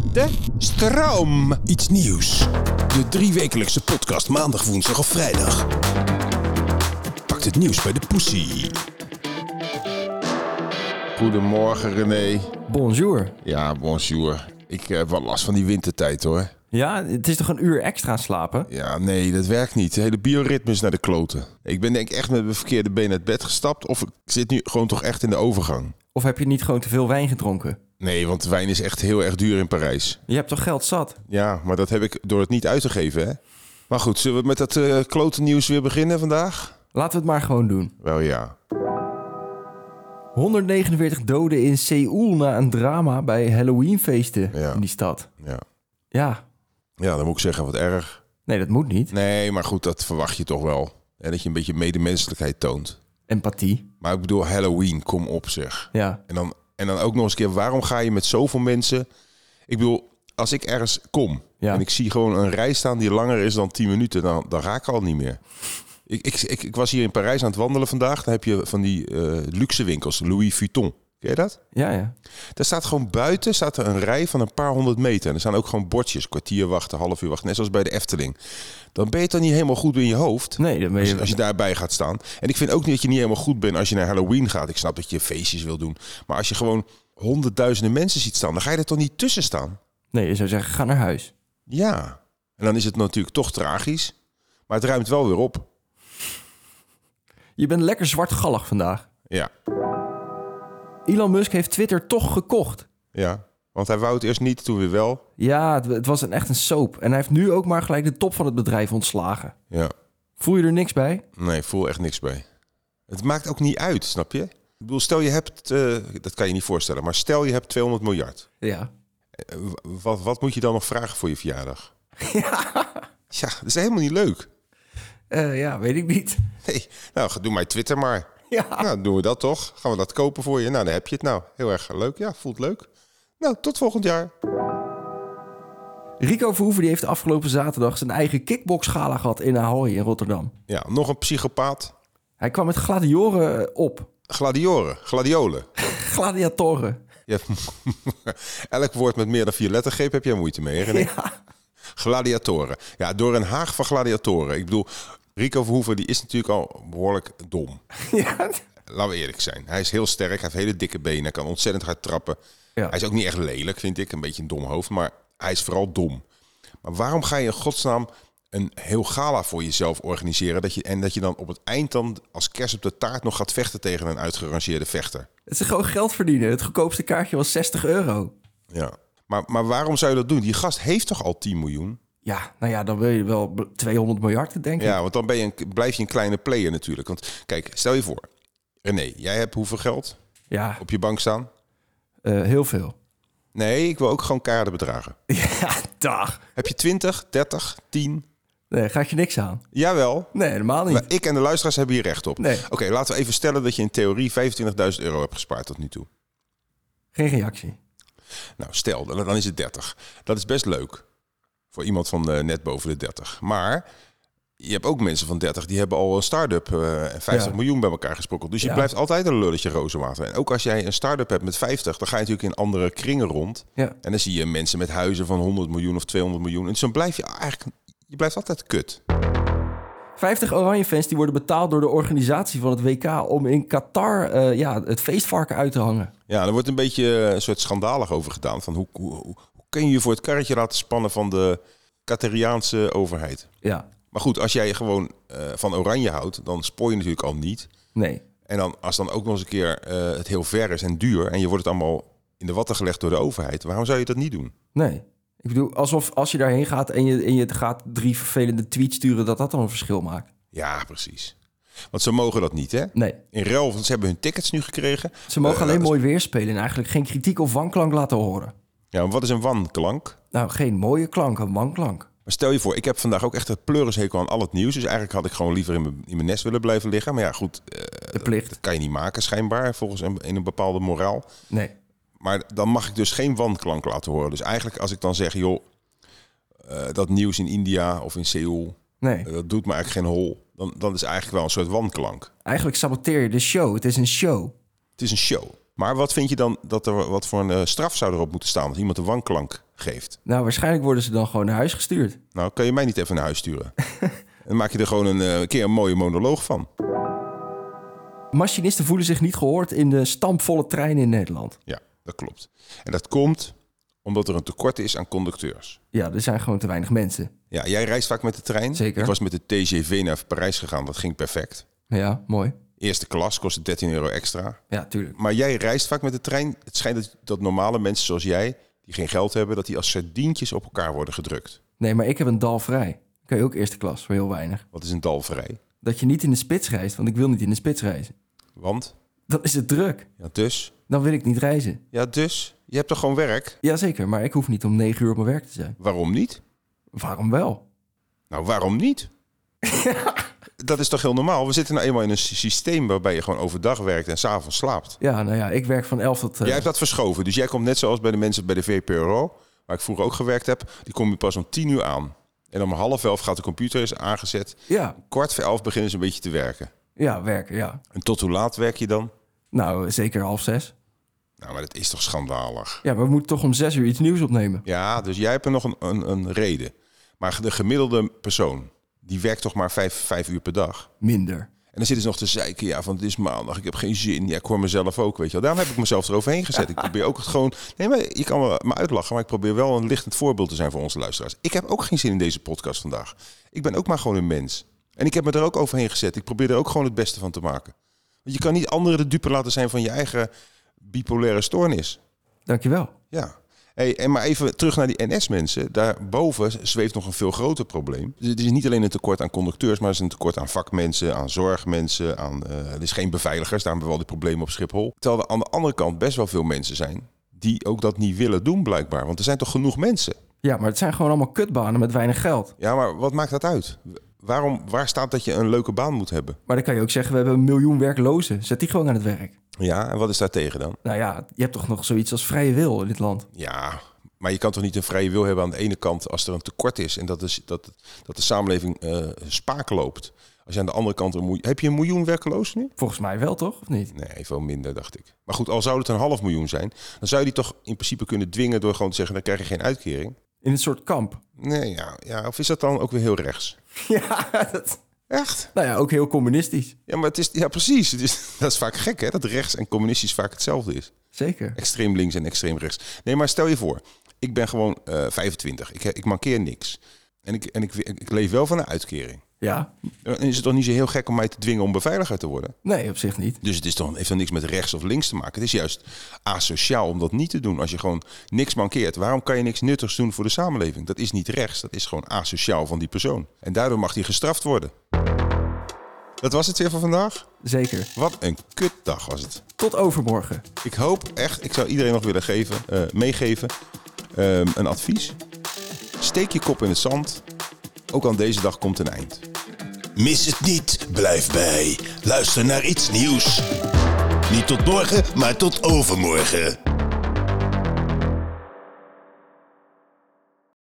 De stroom. Iets nieuws. De 3-wekelijkse podcast maandag, woensdag of vrijdag. Pakt het nieuws bij de poesie. Goedemorgen René. Bonjour. Ja, bonjour. Ik heb wel last van die wintertijd hoor. Ja, het is toch een uur extra slapen? Ja, nee, dat werkt niet. Het hele bioritme is naar de kloten. Ik ben denk ik echt met mijn verkeerde been uit bed gestapt. Of ik zit nu gewoon toch echt in de overgang. Of heb je niet gewoon te veel wijn gedronken? Nee, want wijn is echt heel erg duur in Parijs. Je hebt toch geld zat? Ja, maar dat heb ik door het niet uit te geven, hè. Maar goed, zullen we met dat kloten nieuws weer beginnen vandaag? Laten we het maar gewoon doen. Wel ja. 149 doden in Seoul na een drama bij Halloweenfeesten in die stad. Ja. Ja. Ja, dan moet ik zeggen, wat erg. Nee, dat moet niet. Nee, maar goed, dat verwacht je toch wel. En dat je een beetje medemenselijkheid toont. Empathie. Maar ik bedoel, Halloween, kom op zeg. Ja. En dan ook nog eens een keer, waarom ga je met zoveel mensen... Ik bedoel, als ik ergens kom en ik zie gewoon een rij staan die langer is dan 10 minuten... dan ga ik al niet meer. Ik was hier in Parijs aan het wandelen vandaag. Dan heb je van die luxe winkels, Louis Vuitton. Ken je dat? Ja, ja. Daar staat gewoon buiten er een rij van een paar honderd meter. En er staan ook gewoon bordjes, kwartier wachten, half uur wachten. Net zoals bij de Efteling. Dan ben je toch niet helemaal goed in je hoofd. Nee, dan ben je... Als je daarbij gaat staan. En ik vind ook niet dat je niet helemaal goed bent als je naar Halloween gaat. Ik snap dat je feestjes wil doen. Maar als je gewoon honderdduizenden mensen ziet staan, dan ga je er toch niet tussen staan? Nee, je zou zeggen, ga naar huis. Ja. En dan is het natuurlijk toch tragisch. Maar het ruimt wel weer op. Je bent lekker zwartgallig vandaag. Ja. Elon Musk heeft Twitter toch gekocht. Ja. Want hij wou het eerst niet, toen weer wel. Ja, het was echt een soap. En hij heeft nu ook maar gelijk de top van het bedrijf ontslagen. Ja. Voel je er niks bij? Nee, ik voel echt niks bij. Het maakt ook niet uit, snap je? Ik bedoel, stel je hebt, dat kan je niet voorstellen, maar stel je hebt 200 miljard. Ja. Wat moet je dan nog vragen voor je verjaardag? Ja, dat is helemaal niet leuk. Ja, weet ik niet. Nee, nou, doe mij Twitter maar. Ja. Nou, doen we dat toch? Gaan we dat kopen voor je? Nou, dan heb je het. Nou, heel erg leuk. Ja, voelt leuk. Nou, tot volgend jaar. Rico Verhoeven die heeft afgelopen zaterdag zijn eigen kickboxgala gehad in Ahoy in Rotterdam. Ja, nog een psychopaat. Hij kwam met gladiolen op. Gladiolen. Gladiatoren. Ja, elk woord met meer dan 4 lettergrepen heb jij moeite mee, hè? Ja. Gladiatoren. Ja, door een haag van gladiatoren. Ik bedoel, Rico Verhoeven die is natuurlijk al behoorlijk dom. Ja. Laten we eerlijk zijn. Hij is heel sterk, hij heeft hele dikke benen, hij kan ontzettend hard trappen. Ja. Hij is ook niet echt lelijk, vind ik. Een beetje een dom hoofd, maar hij is vooral dom. Maar waarom ga je in godsnaam een heel gala voor jezelf organiseren... dat je dan op het eind dan als kers op de taart nog gaat vechten tegen een uitgerangeerde vechter? Het is gewoon geld verdienen. Het goedkoopste kaartje was €60. Ja. Maar waarom zou je dat doen? Die gast heeft toch al 10 miljoen? Ja, nou ja, dan wil je wel 200 miljard, denk ik. Ja, want dan blijf je een kleine player natuurlijk. Want kijk, stel je voor. René, jij hebt hoeveel geld op je bank staan? Heel veel. Nee, ik wil ook gewoon kaartenbedragen. Ja, dag. Heb je 20, 30, 10? Nee, gaat je niks aan. Jawel. Nee, helemaal niet. Maar ik en de luisteraars hebben hier recht op. Nee. Oké, laten we even stellen dat je in theorie €25.000 hebt gespaard tot nu toe. Geen reactie. Nou, stel, dan is het 30. Dat is best leuk. Voor iemand van net boven de 30. Maar je hebt ook mensen van 30 die hebben al een start-up en 50 miljoen bij elkaar gesprokkeld. Dus je blijft altijd een lulletje rozenwater. En ook als jij een start-up hebt met 50, dan ga je natuurlijk in andere kringen rond. Ja. En dan zie je mensen met huizen van 100 miljoen of 200 miljoen. En dus dan blijf je eigenlijk, je blijft altijd kut. 50 Oranje-fans die worden betaald door de organisatie van het WK om in Qatar het feestvarken uit te hangen. Ja, er wordt een beetje een soort schandalig over gedaan. Van hoe kun je je voor het karretje laten spannen van de Qatariaanse overheid? Ja. Maar goed, als jij gewoon van oranje houdt, dan spoor je natuurlijk al niet. Nee. En dan, als dan ook nog eens een keer het heel ver is en duur... en je wordt het allemaal in de watten gelegd door de overheid... waarom zou je dat niet doen? Nee. Ik bedoel, alsof als je daarheen gaat en je gaat 3 vervelende tweets sturen... dat dan een verschil maakt. Ja, precies. Want ze mogen dat niet, hè? Nee. In ruil, want ze hebben hun tickets nu gekregen. Ze mogen alleen mooi weerspelen en eigenlijk geen kritiek of wanklank laten horen. Ja, maar wat is een wanklank? Nou, geen mooie klank, een wanklank. Maar stel je voor, ik heb vandaag ook echt het pleurishekel aan al het nieuws. Dus eigenlijk had ik gewoon liever in mijn nest willen blijven liggen. Maar ja, goed. De plicht. Dat kan je niet maken, schijnbaar, volgens een bepaalde moraal. Nee. Maar dan mag ik dus geen wanklank laten horen. Dus eigenlijk als ik dan zeg, joh, dat nieuws in India of in Seoul... Nee. Dat doet me eigenlijk geen hol. Dan is eigenlijk wel een soort wanklank. Eigenlijk saboteer je de show. Het is een show. Het is een show. Maar wat vind je dan wat voor een straf zou erop moeten staan als iemand een wanklank geeft. Nou, waarschijnlijk worden ze dan gewoon naar huis gestuurd. Nou, kan je mij niet even naar huis sturen? Dan maak je er gewoon een keer een mooie monoloog van. Machinisten voelen zich niet gehoord in de stampvolle treinen in Nederland. Ja, dat klopt. En dat komt omdat er een tekort is aan conducteurs. Ja, er zijn gewoon te weinig mensen. Ja, jij reist vaak met de trein. Zeker. Ik was met de TGV naar Parijs gegaan. Dat ging perfect. Ja, mooi. Eerste klas kostte €13 extra. Ja, tuurlijk. Maar jij reist vaak met de trein. Het schijnt dat normale mensen zoals jij, die geen geld hebben, dat die als sardientjes op elkaar worden gedrukt. Nee, maar ik heb een dal vrij. Kan je ook eerste klas voor heel weinig. Wat is een dal vrij? Dat je niet in de spits reist, want ik wil niet in de spits reizen. Want? Dan is het druk. Ja, dus? Dan wil ik niet reizen. Ja, dus? Je hebt toch gewoon werk? Jazeker, maar ik hoef niet om 9 uur op mijn werk te zijn. Waarom niet? Waarom wel? Nou, waarom niet? Dat is toch heel normaal? We zitten nou eenmaal in een systeem waarbij je gewoon overdag werkt en 's avonds slaapt. Ja, nou ja, ik werk van 11 tot... Jij hebt dat verschoven. Dus jij komt net zoals bij de mensen bij de VPRO, waar ik vroeger ook gewerkt heb, die kom je pas om 10 uur aan. En om 10:30 gaat de computer is aangezet. Ja. 11:15 beginnen ze een beetje te werken. Ja, werken, ja. En tot hoe laat werk je dan? Nou, zeker 5:30. Nou, maar dat is toch schandalig? Ja, maar we moeten toch om 6 uur iets nieuws opnemen. Ja, dus jij hebt er nog een reden. Maar de gemiddelde persoon, die werkt toch maar 5 uur per dag. Minder. En dan zitten ze nog te zeiken, ja, van het is maandag, ik heb geen zin. Ja, ik hoor mezelf ook, weet je wel. Daarom heb ik mezelf eroverheen gezet. Ik probeer ook het gewoon... Nee, maar je kan me uitlachen, maar ik probeer wel een lichtend voorbeeld te zijn voor onze luisteraars. Ik heb ook geen zin in deze podcast vandaag. Ik ben ook maar gewoon een mens. En ik heb me er ook overheen gezet. Ik probeer er ook gewoon het beste van te maken. Want je kan niet anderen de dupe laten zijn van je eigen bipolaire stoornis. Dankjewel. Ja. Hey, en maar even terug naar die NS-mensen. Daarboven zweeft nog een veel groter probleem. Dus het is niet alleen een tekort aan conducteurs, maar het is een tekort aan vakmensen, aan zorgmensen. Er is geen beveiligers, daarom hebben we al die problemen op Schiphol. Terwijl er aan de andere kant best wel veel mensen zijn die ook dat niet willen doen blijkbaar. Want er zijn toch genoeg mensen? Ja, maar het zijn gewoon allemaal kutbanen met weinig geld. Ja, maar wat maakt dat uit? Waar staat dat je een leuke baan moet hebben? Maar dan kan je ook zeggen, we hebben 1 miljoen werklozen. Zet die gewoon aan het werk. Ja, en wat is daar tegen dan? Nou ja, je hebt toch nog zoiets als vrije wil in dit land? Ja, maar je kan toch niet een vrije wil hebben aan de ene kant als er een tekort is en dat de samenleving spaak loopt. Als je aan de andere kant heb je 1 miljoen werklozen nu? Volgens mij wel, toch? Of niet? Nee, veel minder, dacht ik. Maar goed, al zou het 500.000 zijn, dan zou je die toch in principe kunnen dwingen door gewoon te zeggen, dan krijg je geen uitkering. In een soort kamp. Nee, ja. Of is dat dan ook weer heel rechts? Ja, dat... Echt? Nou ja, ook heel communistisch. Ja, maar het is... Ja, precies. Dat is vaak gek, hè? Dat rechts en communistisch vaak hetzelfde is. Zeker. Extreem links en extreem rechts. Nee, maar stel je voor, ik ben gewoon 25. Ik mankeer niks. En ik leef wel van een uitkering. Ja. Dan is het toch niet zo heel gek om mij te dwingen om beveiliger te worden? Nee, op zich niet. Dus het heeft dan niks met rechts of links te maken. Het is juist asociaal om dat niet te doen. Als je gewoon niks mankeert, waarom kan je niks nuttigs doen voor de samenleving? Dat is niet rechts, dat is gewoon asociaal van die persoon. En daardoor mag hij gestraft worden. Dat was het weer voor vandaag? Zeker. Wat een kutdag was het. Tot overmorgen. Ik hoop echt, ik zou iedereen nog willen meegeven, een advies. Steek je kop in het zand. Ook aan deze dag komt een eind. Mis het niet, blijf bij. Luister naar iets nieuws. Niet tot morgen, maar tot overmorgen.